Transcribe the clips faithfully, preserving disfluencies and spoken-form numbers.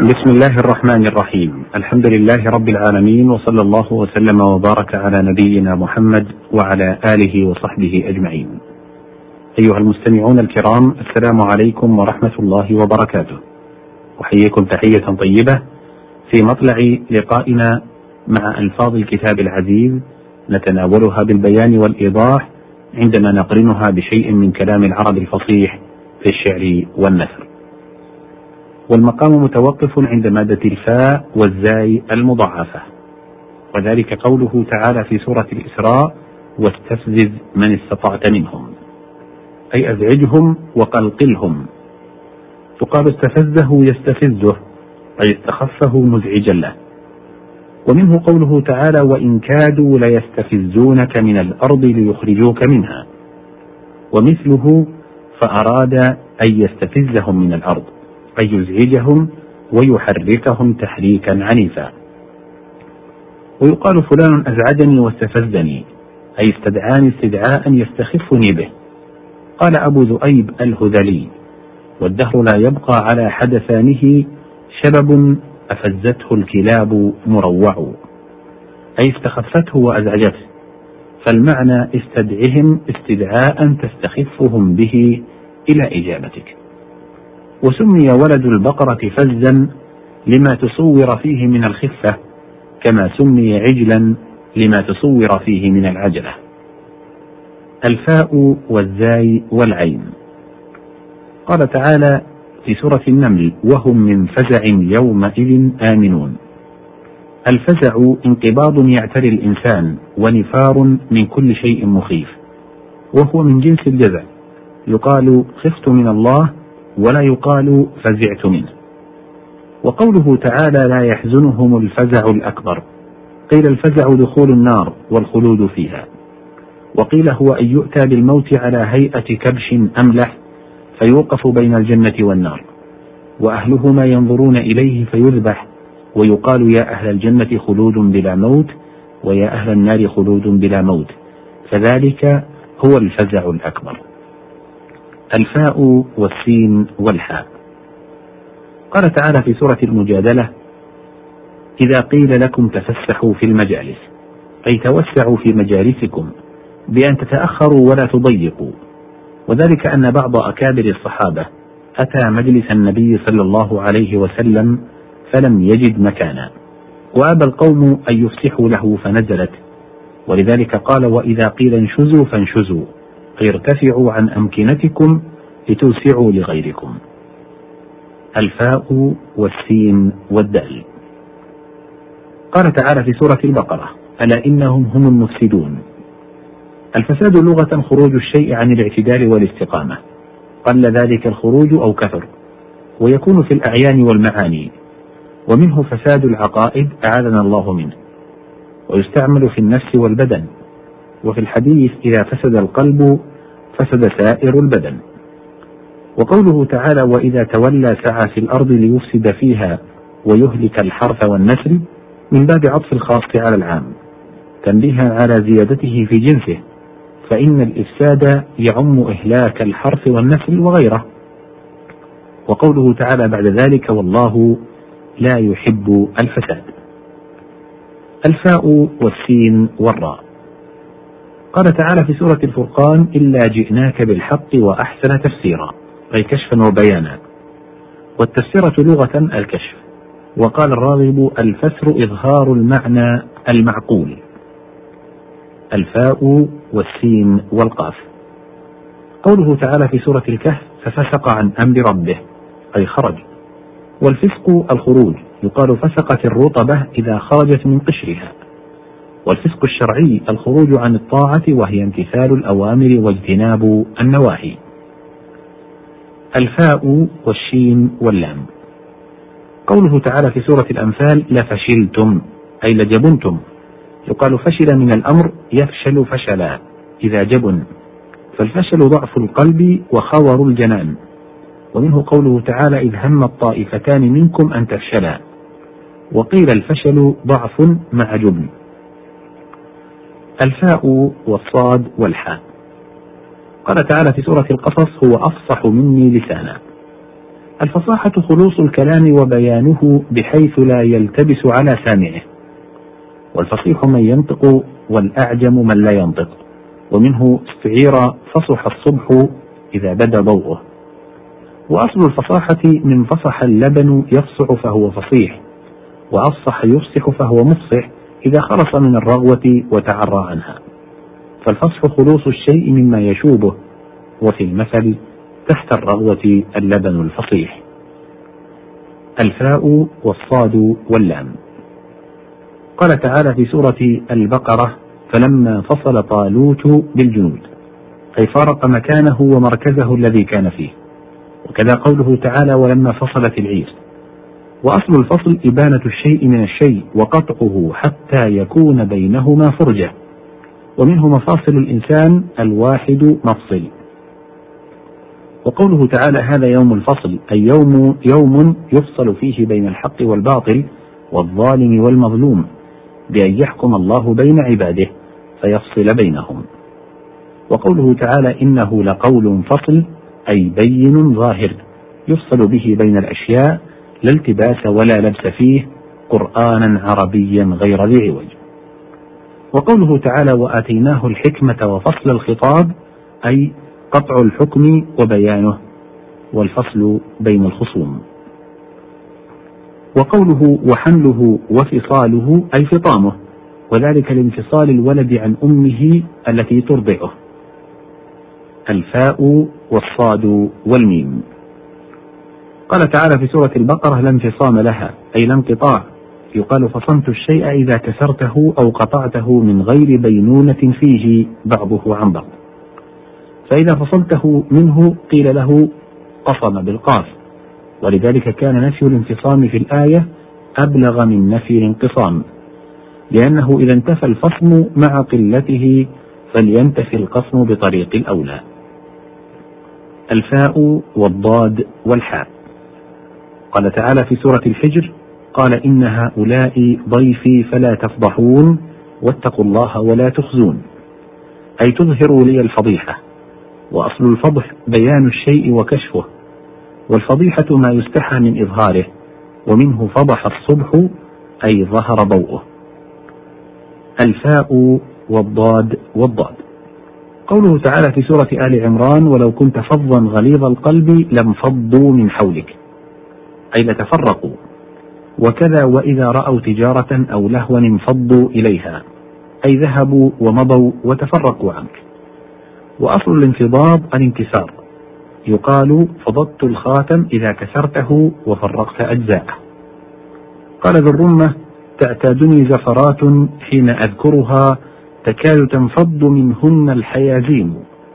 بسم الله الرحمن الرحيم. الحمد لله رب العالمين، وصلى الله وسلم وبارك على نبينا محمد وعلى آله وصحبه أجمعين. أيها المستمعون الكرام، السلام عليكم ورحمة الله وبركاته. أحييكم تحية طيبة في مطلع لقائنا مع ألفاظ الكتاب العزيز، نتناولها بالبيان والإيضاح عندما نقرنها بشيء من كلام العرب الفصيح في الشعر والنثر. والمقام متوقف عند مادة الفاء والزاي المضاعفة، وذلك قوله تعالى في سورة الإسراء: واستفزز من استطعت منهم، أي أزعجهم وقلقلهم. تقال استفزه يستفزه، أي استخفه مزعجا له. ومنه قوله تعالى: وإن كادوا ليستفزونك من الأرض ليخرجوك منها. ومثله: فأراد أن يستفزهم من الأرض، أي يزعجهم ويحركهم تحريكا عنيفا. ويقال فلان أزعجني واستفزني، أي استدعاني استدعاء يستخفني به. قال أبو ذؤيب الهذلي: والدهر لا يبقى على حدثانه شبب أفزته الكلاب مروع، أي استخفته وأزعجته. فالمعنى استدعهم استدعاء تستخفهم به إلى إجابتك. وسمي ولد البقرة فزا لما تصور فيه من الخفة، كما سمي عجلا لما تصور فيه من العجلة. الفاء والزاي والعين. قال تعالى في سورة النمل: وهم من فزع يومئذ آمنون. الفزع انقباض يعتري الإنسان ونفار من كل شيء مخيف، وهو من جنس الجزع. يقال خفت من الله، ولا يقال فزعت منه. وقوله تعالى: لا يحزنهم الفزع الأكبر، قيل الفزع دخول النار والخلود فيها، وقيل هو أن يؤتى بالموت على هيئة كبش أملح فيوقف بين الجنة والنار، وأهلهما ينظرون إليه فيذبح، ويقال: يا أهل الجنة خلود بلا موت، ويا أهل النار خلود بلا موت، فذلك هو الفزع الأكبر. الفاء والسين والحاء. قال تعالى في سورة المجادلة: إذا قيل لكم تفسحوا في المجالس، أي توسعوا في مجالسكم بأن تتأخروا ولا تضيقوا. وذلك أن بعض أكابر الصحابة أتى مجلس النبي صلى الله عليه وسلم فلم يجد مكانا، وأبى القوم أن يفسحوا له فنزلت، ولذلك قال: وإذا قيل انشزوا فانشزوا، أي ارتفعوا عن أمكنتكم لتوسعوا لغيركم. الفاء والسين والدال. قال تعالى في سورة البقرة: ألا إنهم هم المفسدون. الفساد لغة خروج الشيء عن الاعتدال والاستقامة، قل ذلك الخروج أو كثر، ويكون في الأعيان والمعاني. ومنه فساد العقائد أعاذنا الله منه، ويستعمل في النفس والبدن. وفي الحديث: إذا فسد القلب فسد سائر البدن. وقوله تعالى: وإذا تولى سعى في الأرض ليفسد فيها ويهلك الحرث والنسل، من باب عطف الخاص على العام، تنبيها على زيادته في جنسه، فإن الإفساد يعم إهلاك الحرث والنسل وغيره. وقوله تعالى بعد ذلك: والله لا يحب الفساد. الفاء والسين والراء. قال تعالى في سورة الفرقان: إلا جئناك بالحق وأحسن تفسيرا، أي كشفا وبيانا. والتفسيرة لغة الكشف. وقال الراغب: الفسر إظهار المعنى المعقول. الفاء والسين والقاف. قوله تعالى في سورة الكهف: ففسق عن أمر ربه، أي خرج. والفسق الخروج، يقال فسقت الرطبة إذا خرجت من قشرها. والفسق الشرعي الخروج عن الطاعة، وهي امتثال الأوامر واجتناب النواهي. الفاء والشين واللام. قوله تعالى في سورة الأنفال: لفشلتم، أي لجبنتم. يقال فشل من الأمر يفشل فشلا إذا جبن، فالفشل ضعف القلب وخور الجنان. ومنه قوله تعالى: إذ هم الطائفتان منكم أن تفشلا، وقيل الفشل ضعف مع جبن. الفاء والصاد والحاء. قال تعالى في سورة القصص: هو أفصح مني لسانا. الفصاحة خلوص الكلام وبيانه بحيث لا يلتبس على سامعه، والفصيح من ينطق والأعجم من لا ينطق، ومنه استعير فصح الصبح إذا بدا ضوءه. وأصل الفصاحة من فصح اللبن يفصح فهو فصيح، وأفصح يفصح فهو مفصح إذا خلص من الرغوة وتعرى عنها. فالفصح خلوص الشيء مما يشوبه، وفي المثل تحت الرغوة اللبن الفصيح. الفاء والصاد واللام. قال تعالى في سورة البقرة: فلما فصل طالوت بالجنود، أي فارق مكانه ومركزه الذي كان فيه. وكذا قوله تعالى: ولما فصلت العير. وأصل الفصل إبانة الشيء من الشيء وقطعه حتى يكون بينهما فرجة، ومنه مفاصل الإنسان الواحد مفصل. وقوله تعالى: هذا يوم الفصل، أي يوم يوم يفصل فيه بين الحق والباطل والظالم والمظلوم، بأن يحكم الله بين عباده فيفصل بينهم. وقوله تعالى: إنه لقول فصل، أي بين ظاهر يفصل به بين الأشياء، لا التباس ولا لبس فيه، قرآنا عربيا غير ذي عوج. وقوله تعالى: وآتيناه الحكمة وفصل الخطاب، أي قطع الحكم وبيانه والفصل بين الخصوم. وقوله وحمله وفصاله، أي فطامه، وذلك لانفصال الولد عن أمه التي ترضعه. الفاء والصاد والميم. قال تعالى في سورة البقرة: لا انفصام لها، أي لا انقطاع. يقال فصمت الشيء إذا كسرته أو قطعته من غير بينونة فيه بعضه عن بعض. فإذا فصلته منه قيل له قصم بالقاف، ولذلك كان نفي الانفصام في الآية أبلغ من نفي الانقسام، لأنه إذا انتفى الفصم مع قلته فلينتفي القسم بطريق الأولى. الفاء والضاد والحاء. قال تعالى في سورة الحجر: قال إن هؤلاء ضيفي فلا تفضحون واتقوا الله ولا تخزون، أي تظهروا لي الفضيحة. وأصل الفضح بيان الشيء وكشفه، والفضيحة ما يستحى من إظهاره، ومنه فضح الصبح، أي ظهر ضوءه. الفاء والضاد والضاد. قوله تعالى في سورة آل عمران: ولو كنت فظا غليظ القلب لانفضوا من حولك، أي لتفرقوا. وكذا وإذا رأوا تجارة أو لهوا انفضوا إليها، أي ذهبوا ومضوا وتفرقوا عنك. وأصل الانفضاض الانكسار، يقال فضضت الخاتم إذا كسرته وفرقت أجزاءه. قال ذو الرمة: تعتادني زفرات حين أذكرها تكاد تنفض منهن الحيازين.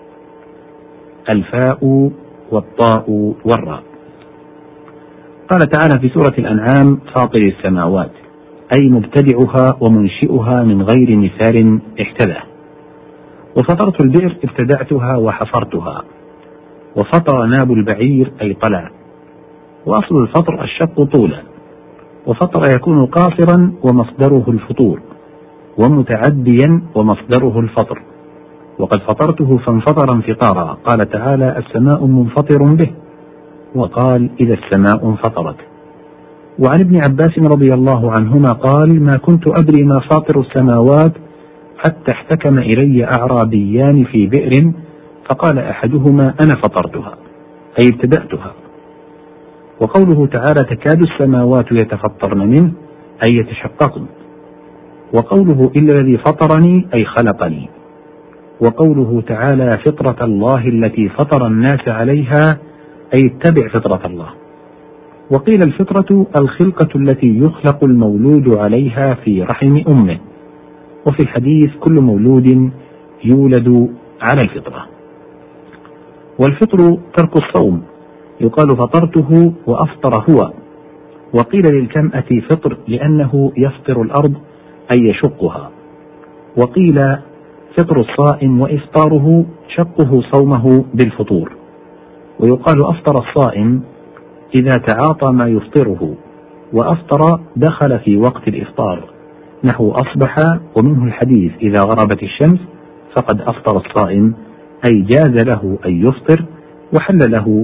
الفاء والطاء والراء. قال تعالى في سورة الأنعام: فاطر السماوات، أي مبتدعها ومنشئها من غير مثال احتذى. وفطرت البئر ابتدعتها وحفرتها. وفطر ناب البعير، أي طلع. وأصل الفطر الشق طولا، وفطر يكون قاصرا ومصدره الفطور، ومتعديا ومصدره الفطر. وقد فطرته فانفطر انفطارا. قال تعالى: السماء منفطر به. وقال: إذا السماء انفطرت. وعن ابن عباس رضي الله عنهما قال: ما كنت أدري ما فاطر السماوات حتى احتكم إلي أعرابيان في بئر، فقال أحدهما: أنا فطرتها، أي ابتدأتها. وقوله تعالى: تكاد السماوات يتفطرن منه، أي يتشققن. وقوله: إلا الذي فطرني، أي خلقني. وقوله تعالى: فطرة الله التي فطر الناس عليها، أي اتبع فطرة الله. وقيل الفطرة الخلقة التي يخلق المولود عليها في رحم أمه. وفي الحديث: كل مولود يولد على الفطرة. والفطر ترك الصوم، يقال فطرته وأفطر هو. وقيل للكمأة فطر لأنه يفطر الأرض، أي يشقها. وقيل فطر الصائم وإفطاره شقه صومه بالفطور. ويقال أفطر الصائم إذا تعاطى ما يفطره، وأفطر دخل في وقت الإفطار، نحو أصبح. ومنه الحديث: إذا غربت الشمس فقد أفطر الصائم، أي جاز له أن يفطر وحل له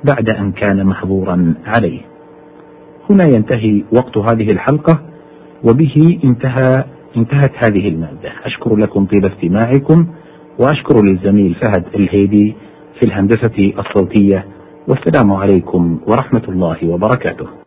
بعد أن كان محظورا عليه. هنا ينتهي وقت هذه الحلقة، وبه انتهى انتهت هذه المادة. أشكر لكم طيب استماعكم، وأشكر للزميل فهد الهيدي في الهندسة الصوتية، والسلام عليكم ورحمة الله وبركاته.